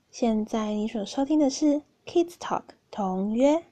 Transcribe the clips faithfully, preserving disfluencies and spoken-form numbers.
现在你所收听的是 Kids Talk 童约。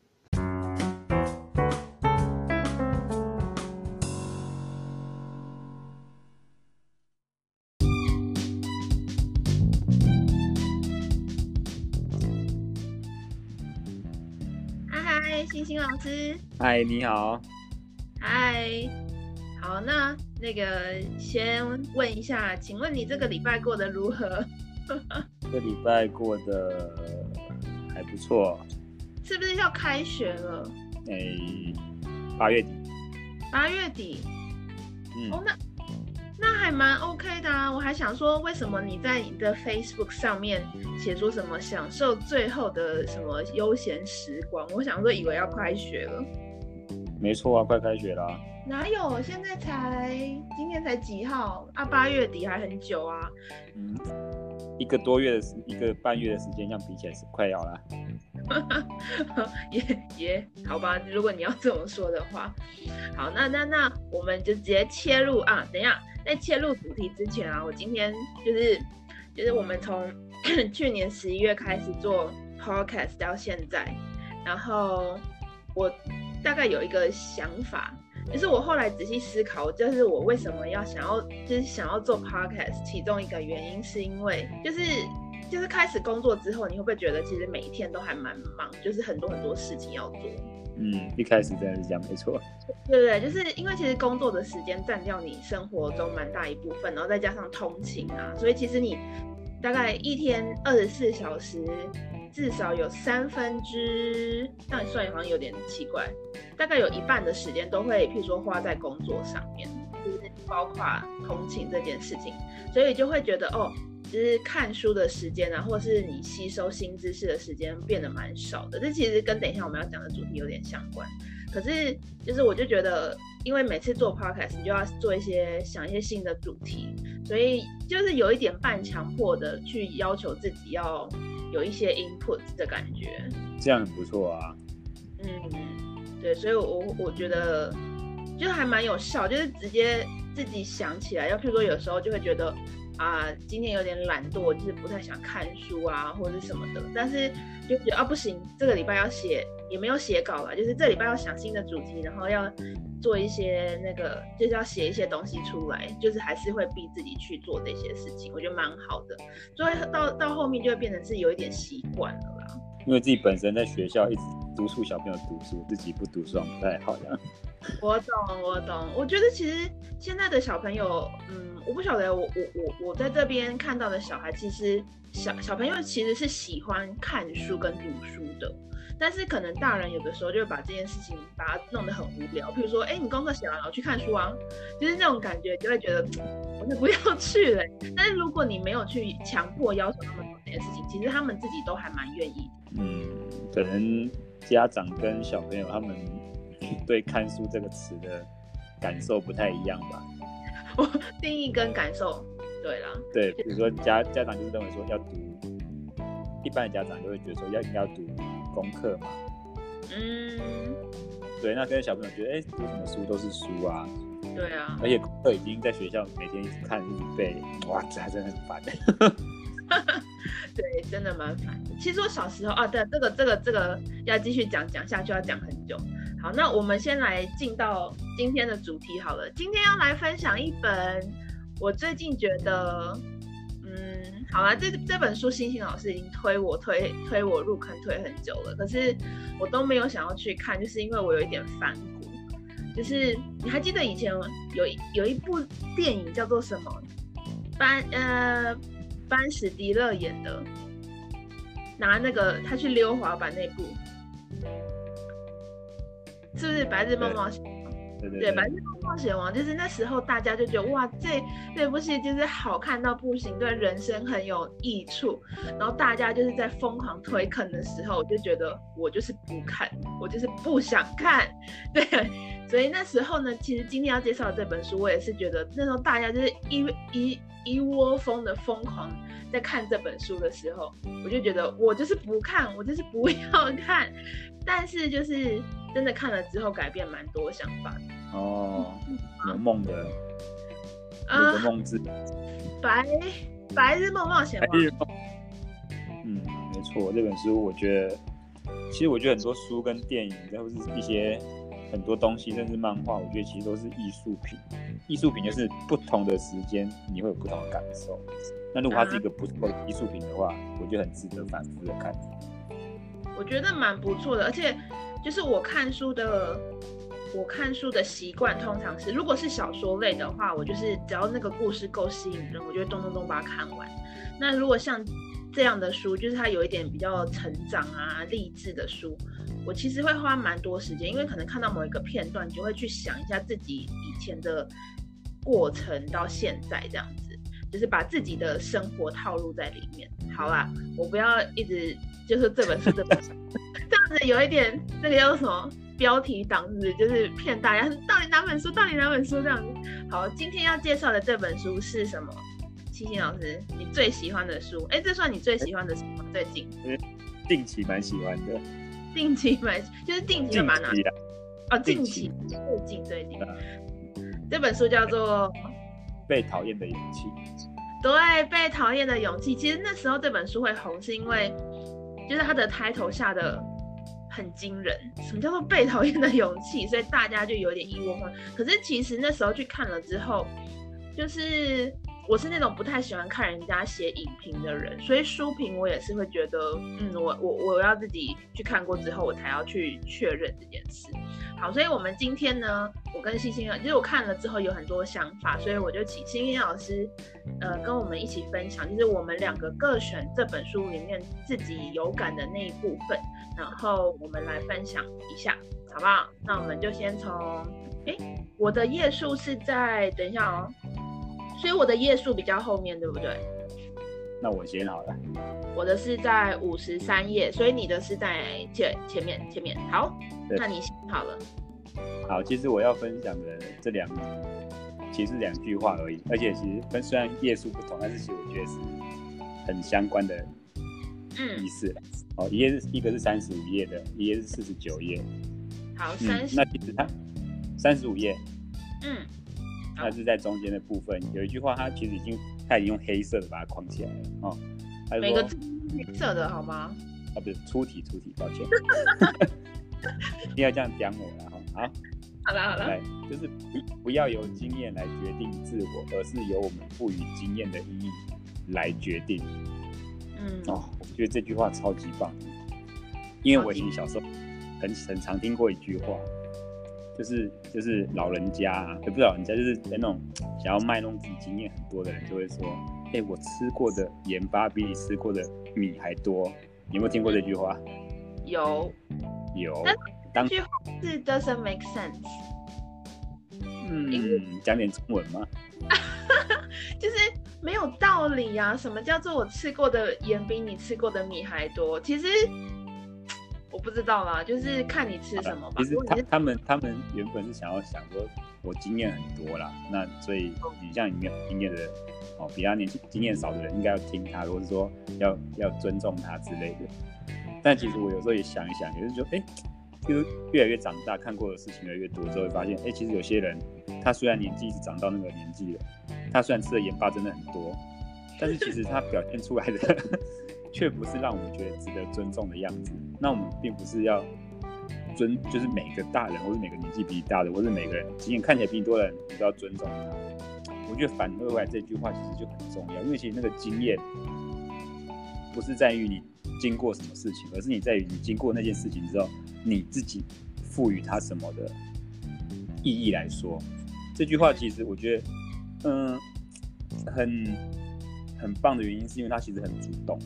嗨嗨，星星老师。 嗨，你好。 嗨，好，那那个先问一下，请问你这个礼拜过得如何？ 这礼拜过得还不错。 是不是要开学了？ 诶，八月底。 八月底。 嗯。 哦，那那还蛮 OK 的啊。我还想说，为什么你在你的 Facebook 上面写出什么享受最后的什么悠闲时光？我想说，以为要开学了。 没错啊，快开学啦。 哪有？现在才今天才几号啊？八月底还很久啊。 嗯，一个多月的时，一个半月的时间，这样比起来是快要啦。 也也好吧，如果你要这么说的话，好，那那那我们就直接切入啊。等一下，在切入主题之前啊，我今天就是就是我们从去年十一月开始做 podcast 到现在，然后我大概有一个想法。就是我后来仔细思考，就是我为什么要想要，就是想要做 podcast， 其中一个原因是因为，就是就是开始工作之后，你会不会觉得其实每一天都还蛮忙，就是很多很多事情要做。 嗯，一开始真的是这样，没错。 对不对？就是因为其实工作的时间占掉你生活中蛮大一部分，然后再加上通勤啊，所以其实你大概一天二十四小时。至少有三分之，这样算好像有点奇怪，大概有一半的时间都会，譬如说花在工作上面，就是包括通勤这件事情，所以就会觉得哦，就是看书的时间啊，或是你吸收新知识的时间变得蛮少的。这其实跟等一下我们要讲的主题有点相关。可是就是我就觉得，因为每次做 podcast 你就要做一些想一些新的主题，所以就是有一点半强迫的去要求自己要有一些 input 的感觉。 这样很不错啊。 嗯，对，所以我我觉得就还蛮有效，就是直接自己想起来。要譬如说有时候就会觉得啊，今天有点懒惰，就是不太想看书啊，或者是什么的，但是就觉得啊不行，这个礼拜要写，也没有写稿啦，就是这礼拜要想新的主题，然后要做一些那个，就是要写一些东西出来，就是还是会逼自己去做这些事情，我觉得蛮好的，所以到到后面就会变成是有一点习惯了啦。 因为自己本身在学校一直督促小朋友读书，自己不读书不太好的。 我懂，我懂。我觉得其实现在的小朋友，嗯，我不晓得我，我我我在这边看到的小孩，其实小小朋友其实是喜欢看书跟读书的，但是可能大人有的时候就会把这件事情把它弄得很无聊。比如说，哎，你功课写完了，我去看书啊，就是那种感觉，就会觉得我就不要去了。但是如果你没有去强迫要求他们做这件事情，其实他们自己都还蛮愿意的。 嗯，可能家长跟小朋友他们对看书这个词的感受不太一样吧。 我定义跟感受，对啦。 对，比如说家家长就是认为说要读，一般的家长就会觉得说要应该要读功课嘛。嗯。对，那跟小朋友觉得，哎、欸，读什么书都是书啊。 对啊。 而且功课已经在学校每天一直看一直背，哇，这还真的很烦。 对，真的蛮烦的。其实我小时候啊，对，这个这个这个要继续讲讲下去，要讲很久。好，那我们先来进到今天的主题好了。今天要来分享一本我最近觉得，嗯，好啦，这这本书星星老师已经推我推推我入坑推很久了，可是我都没有想要去看，就是因为我有一点反骨。就是你还记得以前有有一部电影叫做什么？班呃。班史迪勒演的，拿那个他去溜滑板那部，是不是《白日梦冒险王》？ 对对对，《白日梦冒险王》就是那时候大家就觉得哇，这这部戏就是好看到不行，对人生很有益处，然后大家就是在疯狂推坑的时候，我就觉得我就是不看，我就是不想看，对。所以那时候呢，其实今天要介绍的这本书，我也是觉得那时候大家就是一一一窝蜂的疯狂在看这本书的时候，我就觉得我就是不看，我就是不要看。但是就是真的看了之后，改变蛮多想法的。 哦，有梦的， 啊、 有个梦字， 白白日梦冒险王， 嗯，没错，这本书我觉得，其实我觉得很多书跟电影，或是一些很多东西，甚至漫画，我觉得其实都是艺术品。艺术品就是不同的时间你会有不同的感受。那如果它是一个不错的艺术品的话，我觉得很值得反复的看。 我觉得蛮不错的，而且就是我看书的，我看书的习惯通常是，如果是小说类的话，我就是只要那个故事够吸引人，我就会咚咚咚把它看完。那如果像这样的书，就是它有一点比较成长啊、励志的书，我其实会花蛮多时间，因为可能看到某一个片段，你就会去想一下自己以前的过程到现在这样子，就是把自己的生活套路在里面。好啦，我不要一直就是这本书这本书这样子有一点那个叫做什么标题党子，就是骗大家到底哪本书，到底哪本书这样子。好，今天要介绍的这本书是什么？七星老师，你最喜欢的书？哎，这算你最喜欢的书吗？最近？ 近期蛮喜欢的。 近期蛮就是近期蛮拿。哦，近期最近最近。这本书叫做《 被讨厌的勇气》。 对，被讨厌的勇气。其实那时候这本书会红，是因为就是它的 title 下的很惊人。什么叫做被讨厌的勇气？所以大家就有点一窝蜂。可是其实那时候去看了之后，就是我是那种不太喜欢看人家写影评的人，所以书评我也是会觉得，嗯，我我我要自己去看过之后，我才要去确认这件事。好，所以我们今天呢，我跟星星，就是我看了之后有很多想法，所以我就请星星老师，呃，跟我们一起分享，就是我们两个各选这本书里面自己有感的那一部分，然后我们来分享一下，好不好？那我们就先从，哎，我的页数是在，等一下哦，所以我的页数比较后面，对不对？ 那我先好了。 我的是在五十三页，所以你的是在前前面前面。好，那你先好了。 好，其实我要分享的这两，其实是两句话而已，而且其实跟虽然页数不同，但是其实我觉得是很相关的意思。嗯、哦，一页是一个是三十五页的，一页是四十九页。 好，三十、 嗯。那其实它三十五页， 嗯， 它是在中间的部分有一句话，它其实已经它已经用黑色的把它框起来了哦。 每个字黑色的好吗？ 啊，不是粗体，粗体，抱歉，不要这样讲我了哈。好， 好了好了， 就是不要由经验来决定自我，而是由我们赋予经验的意义来决定。嗯，哦，我觉得这句话超级棒，因为我以前小时候很很常听过一句话，就是就是老人家啊，也不是老人家，就是那种想要卖弄自己经验很多的人，就会说。欸、我吃过的盐巴比你吃过的米还多，你有没有听过这句话？ 有， 有。 但这句话是 doesn't make sense。 嗯，讲点中文吗？ 就是没有道理啊！什么叫做我吃过的盐比你吃过的米还多？其实我不知道啦，就是看你吃什么吧。 其实他他们他们原本是想要想说，我经验很多啦，那所以你像你没有经验的。哦，比他年轻经验少的人应该要听他，或是说要要尊重他之类的。但其实我有时候也想一想，也就是说，哎、欸，就是越来越长大，看过的事情越来越多之后，会发现，哎、欸，其实有些人他虽然年纪一直长到那个年纪了，他虽然吃的盐巴真的很多，但是其实他表现出来的却不是让我们觉得值得尊重的样子。那我们并不是要尊，就是每个大人或是每个年纪比你大的，或是每个人经验看起来比你多的人，你都要尊重他。我觉得反过来这句话其实就很重要，因为其实那个经验不是在于你经过什么事情，而是你在于你经过那件事情之后，你自己赋予它什么的意义来说。这句话其实我觉得，嗯，很很棒的原因是因为它其实很主动。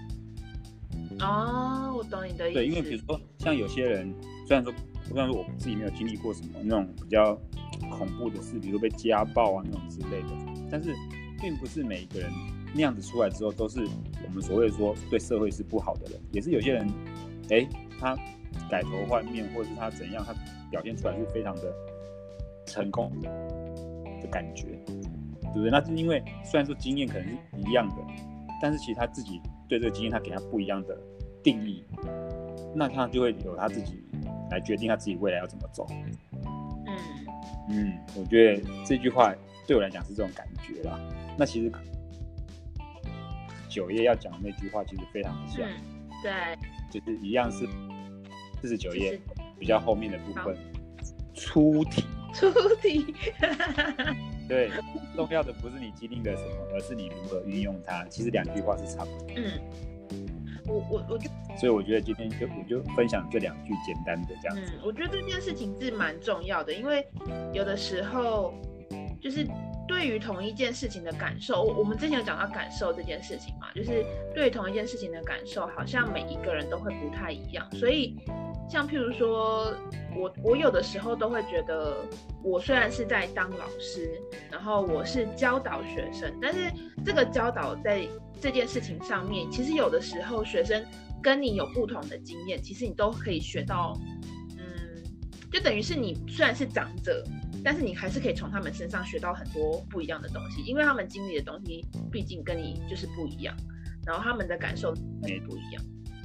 哦，我懂你的意思。 对，因为比如说像有些人，虽然说虽然说我自己没有经历过什么那种比较恐怖的事，比如说被家暴啊那种之类的，但是并不是每一个人那样子出来之后都是我们所谓说对社会是不好的人，也是有些人，哎，他改头换面，或者是他怎样，他表现出来是非常的成功的感觉，对不对？那是因为虽然说经验可能是一样的，但是其实他自己对这个经验他给他不一样的定义，那他就会有他自己来决定他自己未来要怎么走。嗯嗯，我觉得这句话对我来讲是这种感觉啦。那其实九页要讲的那句话其实非常像， 嗯，对， 就是一样是四十九页比较后面的部分，出题。 出题。 对，重要的不是你经历了什么，而是你如何运用它。其实两句话是差不多。 嗯，我我我就， 所以我觉得今天就我就分享这两句简单的这样子。 嗯，我觉得这件事情是蛮重要的，因为有的时候就是对于同一件事情的感受，我们之前有讲到感受这件事情嘛，就是对于同一件事情的感受，好像每一个人都会不太一样，所以。像譬如说，我我有的时候都会觉得，我虽然是在当老师，然后我是教导学生，但是这个教导在这件事情上面，其实有的时候学生跟你有不同的经验，其实你都可以学到，嗯，就等于是你虽然是长者，但是你还是可以从他们身上学到很多不一样的东西，因为他们经历的东西毕竟跟你就是不一样，然后他们的感受也不一样。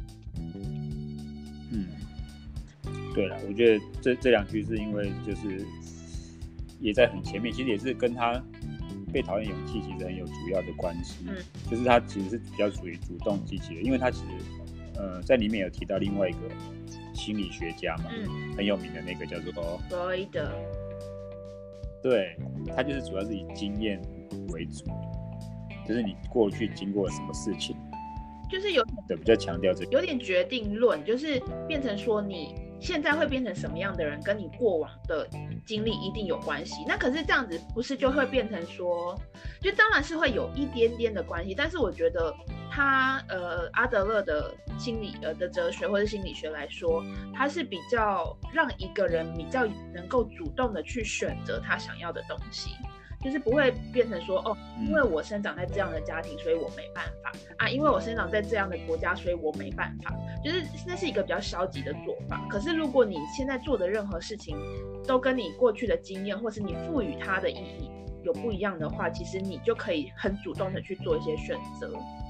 嗯。对了，我觉得这这两句是因为就是也在很前面，其实也是跟他被讨厌勇气其实很有主要的关系。嗯，就是他其实是比较属于主动积极的，因为他其实呃在里面有提到另外一个心理学家嘛，嗯，很有名的那个叫做弗洛伊德。 对，他就是主要是以经验为主，就是你过去经过了什么事情， 就是有对比较强调这个， 有点决定论，就是变成说你。现在会变成什么样的人，跟你过往的经历一定有关系。那可是这样子，不是就会变成说，就当然是会有一点点的关系。但是我觉得他呃阿德勒的心理呃的哲学或者心理学来说，他是比较让一个人比较能够主动的去选择他想要的东西。就是不会变成说哦，因为我生长在这样的家庭，所以我没办法啊；因为我生长在这样的国家，所以我没办法。就是那是一个比较消极的做法。可是如果你现在做的任何事情都跟你过去的经验，或是你赋予它的意义有不一样的话，其实你就可以很主动的去做一些选择。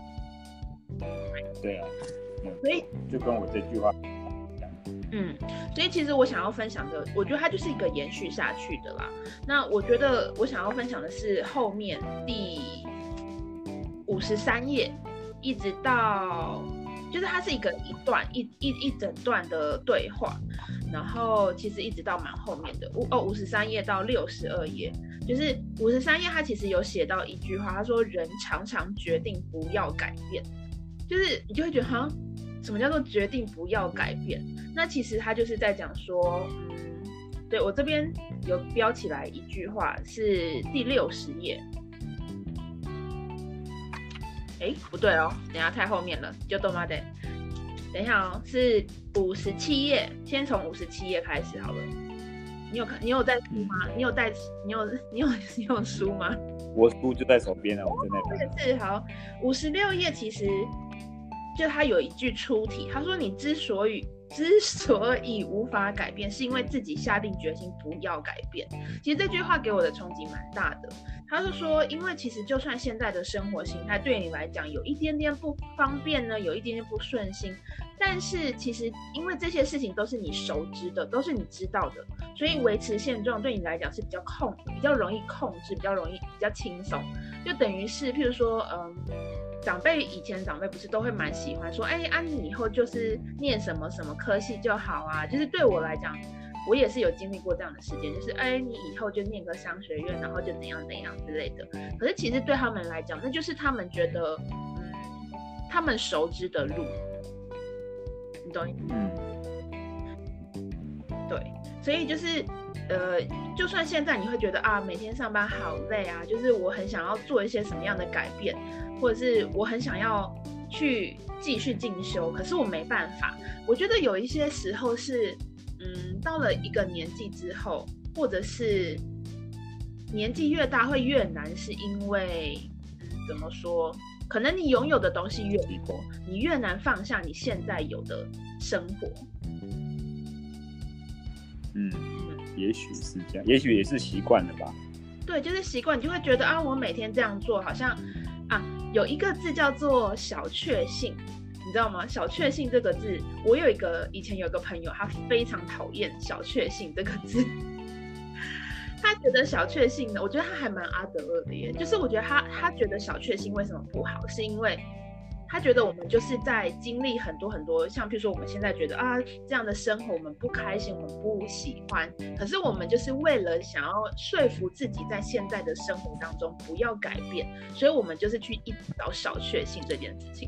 对啊，嗯、 所以就跟我这句话。 嗯，所以其实我想要分享的，我觉得它就是一个延续下去的啦。那我觉得我想要分享的是后面第五十三页，一直到就是它是一个一段一一一整段的对话，然后其实一直到蛮后面的哦，五十三页到六十二页，就是五十三页它其实有写到一句话，他说人常常决定不要改变，就是你就会觉得哈。什么叫做决定不要改变？那其实他就是在讲说，嗯，对我这边有标起来一句话，是第六十页。哎，不对哦，等一下太后面了，就多妈的。等一下哦，是五十七页，先从五十七页开始好了。你有看？你有带书吗？你有带？你有你有你有书吗？ 我书就在手边了，我正在看。 这是好，五十六页其实。就他有一句出题，他说你之所以之所以无法改变，是因为自己下定决心不要改变。其实这句话给我的冲击蛮大的。他就说，因为其实就算现在的生活形态对你来讲有一点点不方便呢，有一点点不顺心，但是其实因为这些事情都是你熟知的，都是你知道的，所以维持现状对你来讲是比较控、比较容易控制、比较容易、比较轻松。就等于是，譬如说，嗯。长辈以前长辈不是都会蛮喜欢说，哎，啊你以后就是念什么什么科系就好啊。就是对我来讲，我也是有经历过这样的事件，就是哎，你以后就念个商学院，然后就怎样怎样之类的。可是其实对他们来讲，那就是他们觉得，嗯，他们熟知的路，你懂？嗯，对，所以就是。呃，就算现在你会觉得啊，每天上班好累啊，就是我很想要做一些什么样的改变，或者是我很想要去继续进修，可是我没办法。我觉得有一些时候是，嗯，到了一个年纪之后，或者是年纪越大会越难，是因为，嗯，怎么说？可能你拥有的东西越多，你越难放下你现在有的生活。 嗯。也许是这样，也许也是习惯了吧。 对，就是习惯，你就会觉得啊，我每天这样做，好像啊，有一个字叫做小确幸，你知道吗？小确幸这个字，我有一个以前有一个朋友，他非常讨厌小确幸这个字。他觉得小确幸呢，我觉得他还蛮阿德勒的耶。就是我觉得他他觉得小确幸为什么不好，是因为他觉得我们就是在经历很多很多，像譬如说我们现在觉得啊这样的生活我们不开心，我们不喜欢，可是我们就是为了想要说服自己在现在的生活当中不要改变，所以我们就是去一直找小确幸这件事情。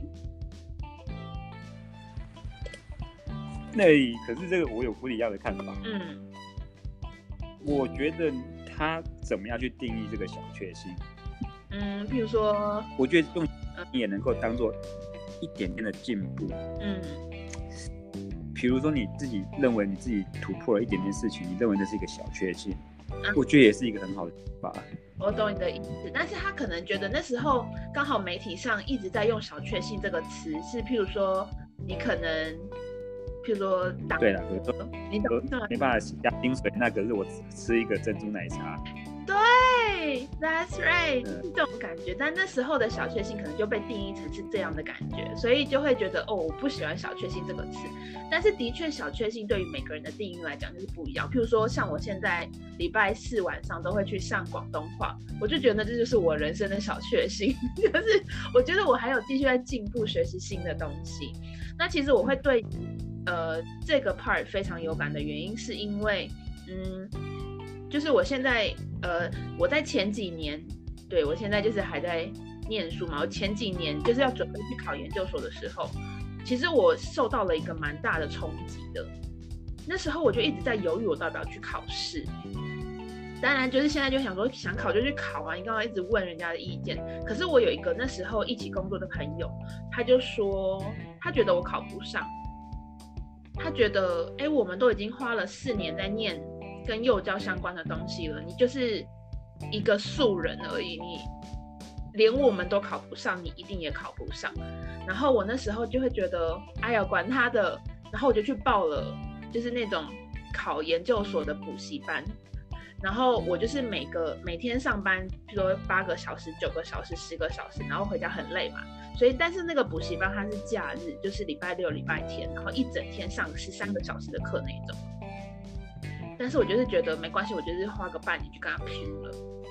那可是这个我有不一样的看法。 嗯， 我觉得他怎么样去定义这个小确幸？ 嗯，譬如说， 我觉得用你也能够当做一点点的进步。 嗯， 比如说你自己认为你自己突破了一点点事情，你认为那是一个小确幸， 嗯、 我觉得也是一个很好的方法。 我懂你的意思，但是他可能觉得那时候刚好媒体上一直在用小确幸这个词，是譬如说你可能。譬如说， 对了，比如说你懂没办法加薪水，那可是我吃一个珍珠奶茶。 对 ，That's right， 就是这种感觉。但那时候的小确幸可能就被定义成是这样的感觉，所以就会觉得哦，我不喜欢小确幸这个词。但是的确，小确幸对于每个人的定义来讲就是不一样。譬如说，像我现在礼拜四晚上都会去上广东话，我就觉得这就是我人生的小确幸，就是我觉得我还有继续在进步，学习新的东西。那其实我会对。呃，这个 part 非常有感的原因是因为，嗯，就是我现在，呃，我在前几年，对我现在就是还在念书嘛，我前几年就是要准备去考研究所的时候，其实我受到了一个蛮大的冲击的。那时候我就一直在犹豫我到底要去考试。当然，就是现在就想说想考就去考啊，你干嘛一直问人家的意见？可是我有一个那时候一起工作的朋友，他就说他觉得我考不上。他觉得，哎，我们都已经花了四年在念跟幼教相关的东西了，你就是一个素人而已，你连我们都考不上，你一定也考不上。然后我那时候就会觉得，哎呀，管他的，然后我就去报了，就是那种考研究所的补习班。然后我就是每个每天上班，比如说八个小时、九个小时、十个小时，然后回家很累嘛。所以，但是那个补习班它是假日，就是礼拜六、礼拜天，然后一整天上十三个小时的课那一种。但是我就是觉得没关系，我就是花个半年去跟他拼了，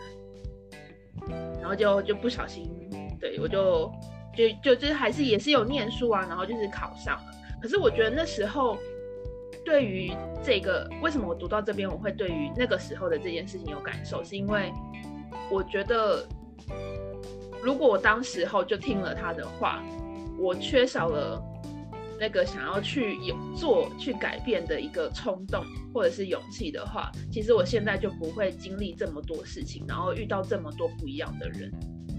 然后就就不小心，对我就就就就是还是也是有念书啊，然后就是考上了。可是我觉得那时候对于这个为什么我读到这边，我会对于那个时候的这件事情有感受，是因为我觉得。如果我当时候就听了他的话，我缺少了那个想要去有做、去改变的一个冲动或者是勇气的话，其实我现在就不会经历这么多事情，然后遇到这么多不一样的人。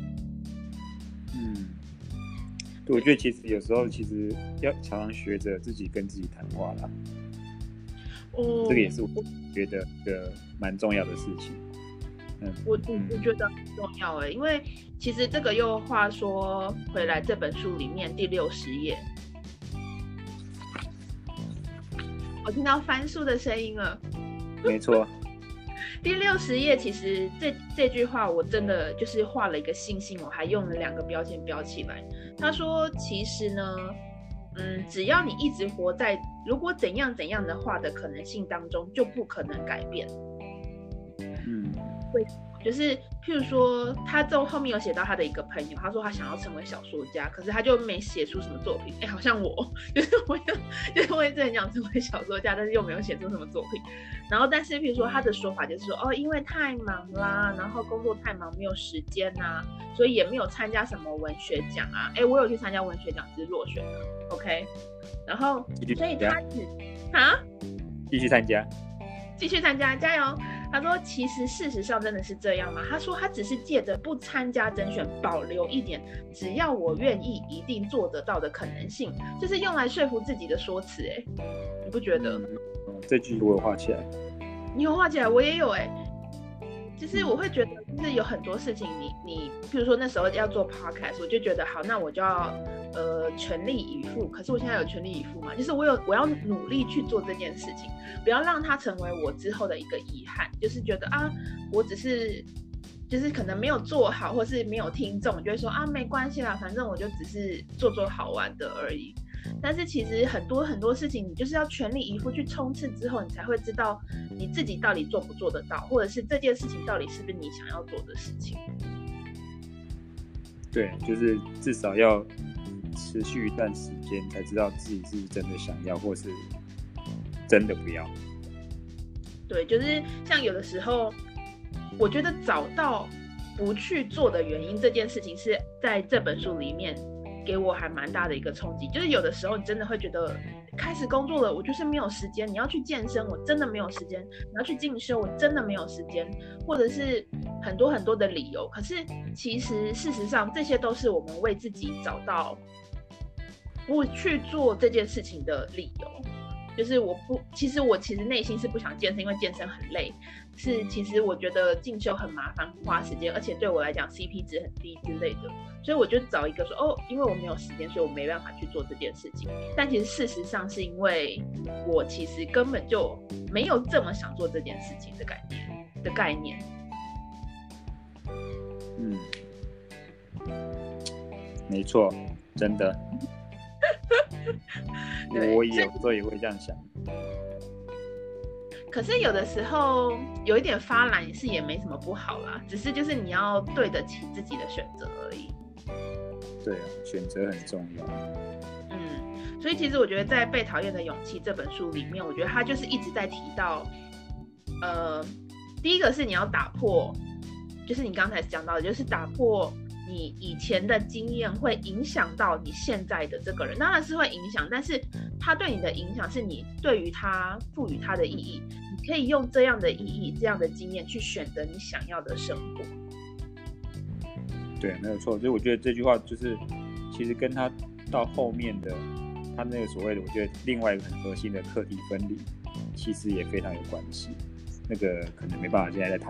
嗯，我觉得其实有时候其实要常常学着自己跟自己谈话啦。哦，这个也是我觉得一个蛮重要的事情。 嗯、我我觉得很重要哎，因为其实这个又话说回来，这本书里面第六十页，我听到翻书的声音了。 没错， 第六十页其实这这句话我真的就是画了一个星星，我还用了两个标签标起来。他说，其实呢，嗯，只要你一直活在如果怎样怎样的话的可能性当中，就不可能改变。 嗯。 就是譬如说他在后面有写到他的一个朋友，他说他想要成为小说家，可是他就没写出什么作品。哎，好像我就是我就是我也很想成为小说家，但是又没有写出什么作品。然后但是譬如说他的说法就是说，哦，因为太忙啦，然后工作太忙没有时间啊，所以也没有参加什么文学奖啊。哎，我有去参加文学奖，只是落选了 OK。 然后所以他只啊继续参加继续参加加油。他说其实事实上真的是这样吗？他说他只是借着不参加甄选保留一点只要我愿意一定做得到的可能性，就是用来说服自己的说辞。哎，你不觉得、 嗯、这句我有画起来。 你有画起来，我也有。哎，就是我会觉得就是有很多事情你你譬如说那时候要做 podcast， 我就觉得好，那我就要呃全力以赴。可是我现在有全力以赴嘛，就是我有我要努力去做这件事情，不要让它成为我之后的一个遗憾，就是觉得啊我只是就是可能没有做好，或是没有听众，就会说啊没关系啦，反正我就只是做做好玩的而已。但是其实很多很多事情你就是要全力以赴去冲刺之后，你才会知道你自己到底做不做得到，或者是这件事情到底是不是你想要做的事情。 对，就是至少要持续一段时间才知道自己是不是真的想要，或是真的不要。 对，就是像有的时候，我觉得找到不去做的原因这件事情，是在这本书里面给我还蛮大的一个冲击。就是有的时候你真的会觉得，开始工作了，我就是没有时间；你要去健身，我真的没有时间；你要去进修，我真的没有时间，或者是很多很多的理由。可是其实事实上，这些都是我们为自己找到不去做这件事情的理由。就是我不，其实我其实内心是不想健身，因为健身很累。是，其实我觉得进修很麻烦，花时间，而且对我来讲 C P 值很低之类的。所以我就找一个说，哦，因为我没有时间，所以我没办法去做这件事情。但其实事实上是因为我其实根本就没有这么想做这件事情的概念的概念。 嗯，没错，真的。我也有时候也会这样想。 可是有的时候有一点发懒是也没什么不好啦，只是就是你要对得起自己的选择而已。 对啊，选择很重要。 嗯，所以其实我觉得在《被讨厌的勇气》这本书里面，我觉得他就是一直在提到，呃，第一个是你要打破，就是你刚才讲到的，就是打破你以前的经验会影响到你现在的这个人，当然是会影响，但是他对你的影响是你对于他赋予他的意义，你可以用这样的意义、这样的经验去选择你想要的生活。 对，没有错。所以我觉得这句话就是，其实跟他到后面的他那个所谓的，我觉得另外一个很核心的课题分离，其实也非常有关系。那个可能没办法现在在谈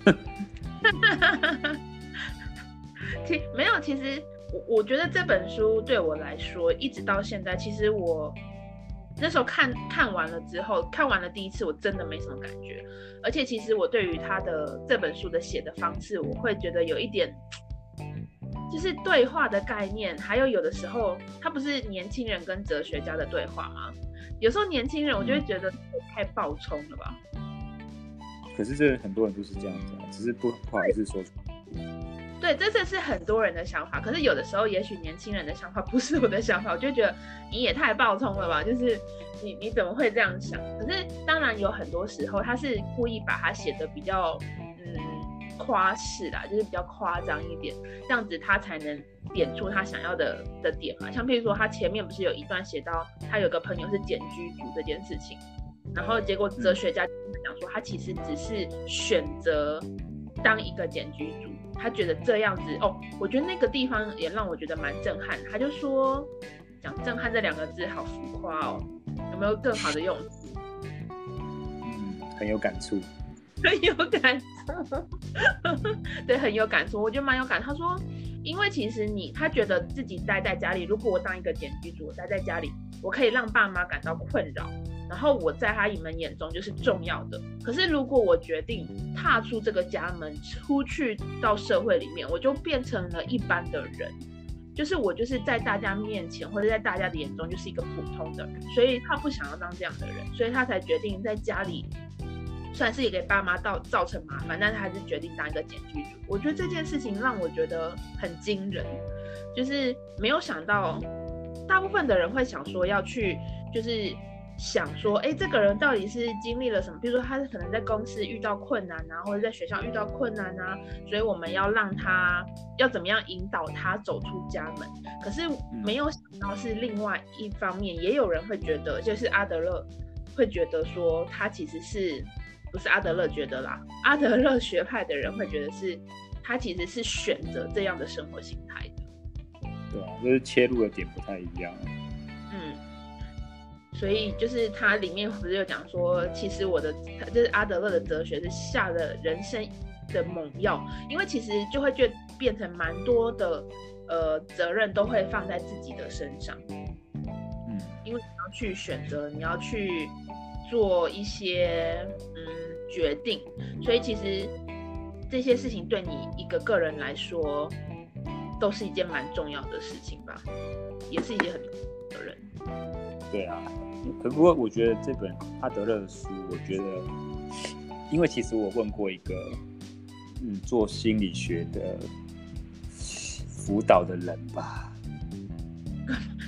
了。 其没有，其实我我觉得这本书对我来说，一直到现在，其实我那时候看看完了之后，看完了第一次，我真的没什么感觉。而且其实我对于他的这本书的写的方式，我会觉得有一点，就是对话的概念，还有有的时候，他不是年轻人跟哲学家的对话吗？有时候年轻人我就会觉得太暴冲了吧。 可是这很多人都是这样子，只是不不好意思说出来。 对，这次是很多人的想法，可是有的时候也许年轻人的想法不是我的想法，我就觉得你也太暴冲了吧，就是你你怎么会这样想？可是当然有很多时候他是故意把它写的比较嗯夸饰啦，就是比较夸张一点，这样子他才能点出他想要的的点嘛。像譬如说他前面不是有一段写到他有个朋友是简居族这件事情，然后结果哲学家讲说他其实只是选择当一个简居族。他觉得这样子哦，我觉得那个地方也让我觉得蛮震撼。他就说，讲震撼这两个字好浮夸哦，有没有更好的用词？ 嗯，很有感触， 很有感触，对，很有感触。我觉得蛮有感。他说，因为其实你，他觉得自己待在家里，如果我当一个简居族，我待在家里，我可以让爸妈感到困扰。然后我在他们眼中就是重要的。可是如果我决定踏出这个家门，出去到社会里面，我就变成了一般的人，就是我就是在大家面前或者在大家的眼中就是一个普通的人，所以他不想要当这样的人，所以他才决定在家里，虽然是也给爸妈造造成麻烦，但是还是决定当一个简居族。我觉得这件事情让我觉得很惊人，就是没有想到大部分的人会想说要去就是想说，哎，这个人到底是经历了什么？比如说，他可能在公司遇到困难啊，或者在学校遇到困难啊，所以我们要让他要怎么样引导他走出家门。可是没有想到是另外一方面，也有人会觉得，就是阿德勒会觉得说，他其实是不是阿德勒觉得啦？阿德勒学派的人会觉得是，他其实是选择这样的生活形态的。 对啊，就是切入的点不太一样。 嗯。所以就是它里面不是有讲说，其实我的就是阿德勒的哲学是下了人生的猛药，因为其实就会就变成蛮多的呃责任都会放在自己的身上，嗯，因为你要去选择，你要去做一些嗯决定，所以其实这些事情对你一个个人来说都是一件蛮重要的事情吧，也是一件很重要的责任。 对啊，可不过我觉得这本阿德勒的书，我觉得，因为其实我问过一个，嗯，做心理学的辅导的人吧，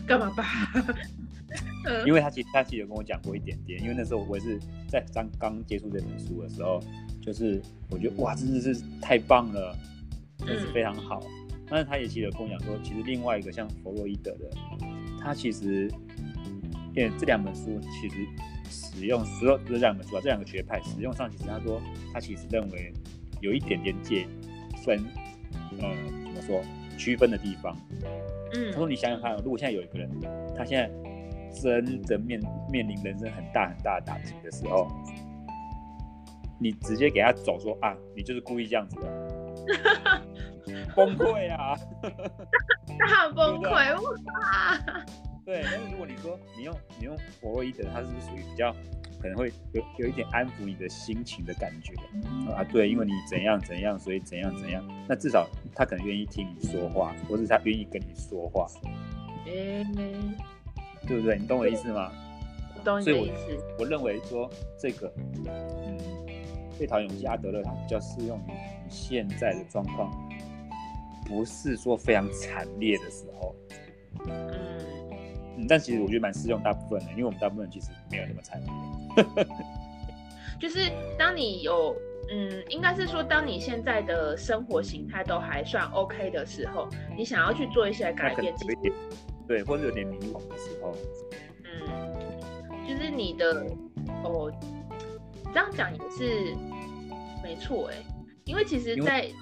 干嘛吧？嗯、 因为他其实他其实有跟我讲过一点点，因为那时候我也是在刚刚接触这本书的时候，就是我觉得哇，真的是太棒了，真是非常好。嗯、但是他也其实有跟我讲说，其实另外一个像弗洛伊德的，他其实因为这两本书其实使用，除了这两本书啊，这两个学派使用上，其实他说他其实认为有一点点界分，呃，怎么说区分的地方。嗯，他说你想想看，如果现在有一个人，他现在真的面面临人生很大很大的打击的时候，你直接给他走说啊，你就是故意这样子的，崩溃啊， 大崩溃哇！ 对，但是如果你说你用你用弗洛伊德，他是不是属于比较可能会有有一点安抚你的心情的感觉啊？对，因为你怎样怎样，所以怎样怎样，那至少他可能愿意听你说话，或是他愿意跟你说话，欸、对不对？你懂我的意思吗？ 我懂你的意思。 我, 我认为说这个，嗯，被讨厌勇气阿德勒，它比较适用于你现在的状况，不是说非常惨烈的时候。嗯。嗯，但其实我觉得蛮适用大部分的，因为我们大部分人其实没有那么惨烈。 就是当你有，嗯，应该是说，当你现在的生活形态都还算 OK 的时候，你想要去做一些改变，其实对，或者有点迷惘的时候， 嗯，就是你的哦，这样讲也是没错哎，因为其实在，在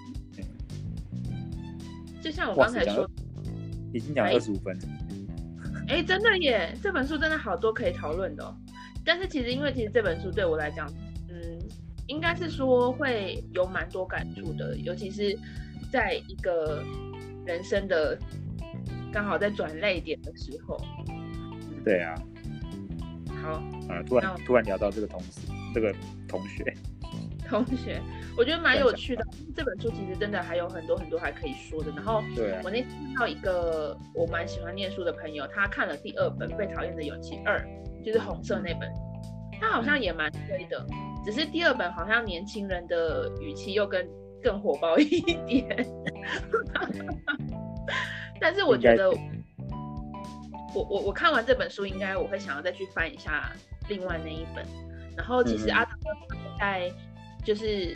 就像我刚才说， 已经讲了二十五分钟。 哎，真的耶！这本书真的好多可以讨论的、哦，但是其实因为其实这本书对我来讲，嗯，应该是说会有蛮多感触的，尤其是在一个人生的刚好在转捩点的时候。 对啊。 好。 啊，突然突然聊到这个同事，这个同学。 同学，我觉得蛮有趣的。这本书其实真的还有很多很多还可以说的。然后我那天看到一个我蛮喜欢念书的朋友，他看了第二本《被讨厌的勇气二》，就是红色那本，他好像也蛮推的。只是第二本好像年轻人的语气又更更火爆一点。但是我觉得我我我看完这本书，应该我会想要再去翻一下另外那一本。然后其实阿德勒在就是，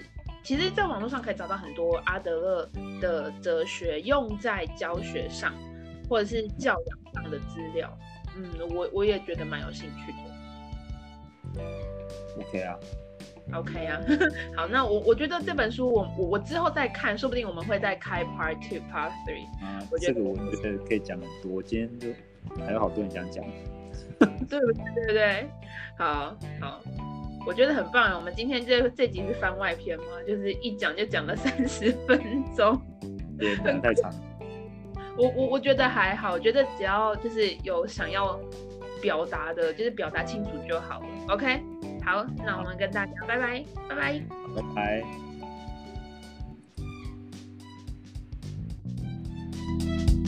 其实，在网络上可以找到很多阿德勒的哲学用在教学上，或者是教养上的资料。嗯，我我也觉得蛮有兴趣的。 OK 啊 ，OK 啊，好，那我我觉得这本书我我我之后再看，说不定我们会再开 Part Two、Part Three。 啊，我觉得这个我觉得可以讲很多，今天就还有好多人想讲。 对不对？对不对？好好。我觉得很棒，我们今天这这集是番外篇嘛，就是一讲就讲了三十分钟， 也不能太长。 我我我觉得还好，我觉得只要就是有想要表达的，就是表達清楚就好了。OK， 好，那我们跟大家拜拜，拜拜， 拜拜。